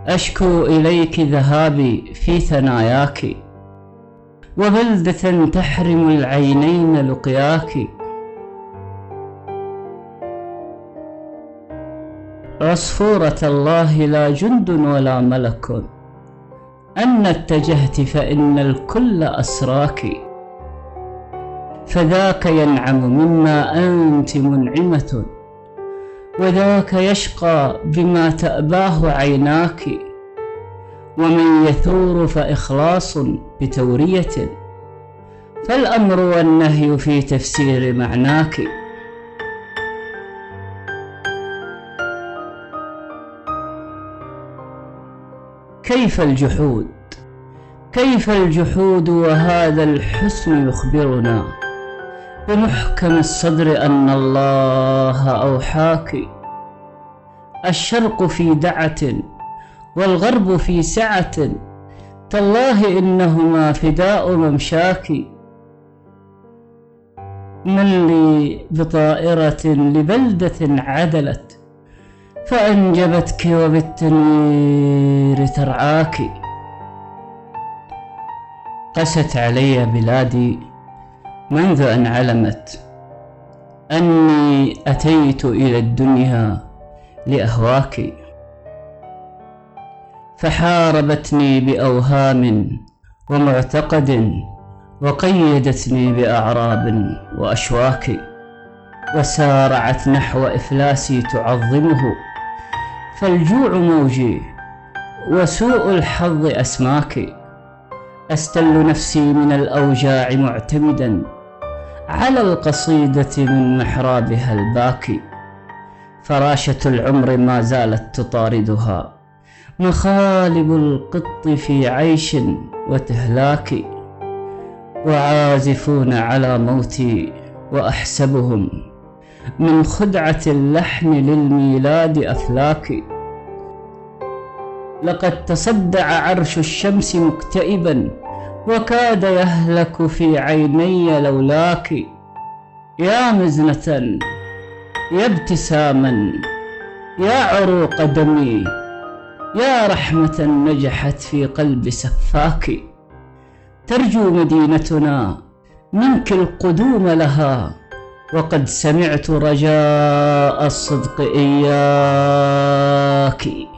أشكو إليك ذهابي في ثناياك، وبلدة تحرم العينين لقياك. عصفورة الله لا جند ولا ملك، أن اتجهت فإن الكل أسراك. فذاك ينعم مما أنت منعمة، وذاك يشقى بما تأباه عيناك. ومن يثور فإخلاص بتورية، فالأمر والنهي في تفسير معناك. كيف الجحود كيف الجحود وهذا الحسن يخبرنا بمحكم الصدر أن الله أوحاك. الشرق في دعة والغرب في سعة، تالله إنهما فداء ممشاك. من لي بطائرة لبلدة عدلت، فأنجبتك وبالتنوير ترعاك. قست علي بلادي منذ أن علمت أني أتيت إلى الدنيا لأهواك. فحاربتني بأوهام ومعتقد، وقيدتني بأعراب وأشواك. وسارعت نحو إفلاسي تعظمه، فالجوع موجي وسوء الحظ أسماك. أستل نفسي من الأوجاع معتمدا على القصيدة من محرابها الباكي. فراشة العمر ما زالت تطاردها مخالب القط في عيش وتهلاك. وعازفون على موتي وأحسبهم من خدعة اللحن للميلاد أفلاك. لقد تصدع عرش الشمس مكتئبا، وكاد يهلك في عيني لولاك. يا مزنة، يا ابتساما، يا عروق دمي، يا رحمة نجحت في قلب سفاك. ترجو مدينتنا منك القدوم لها، وقد سمعت رجاء الصدق إياك.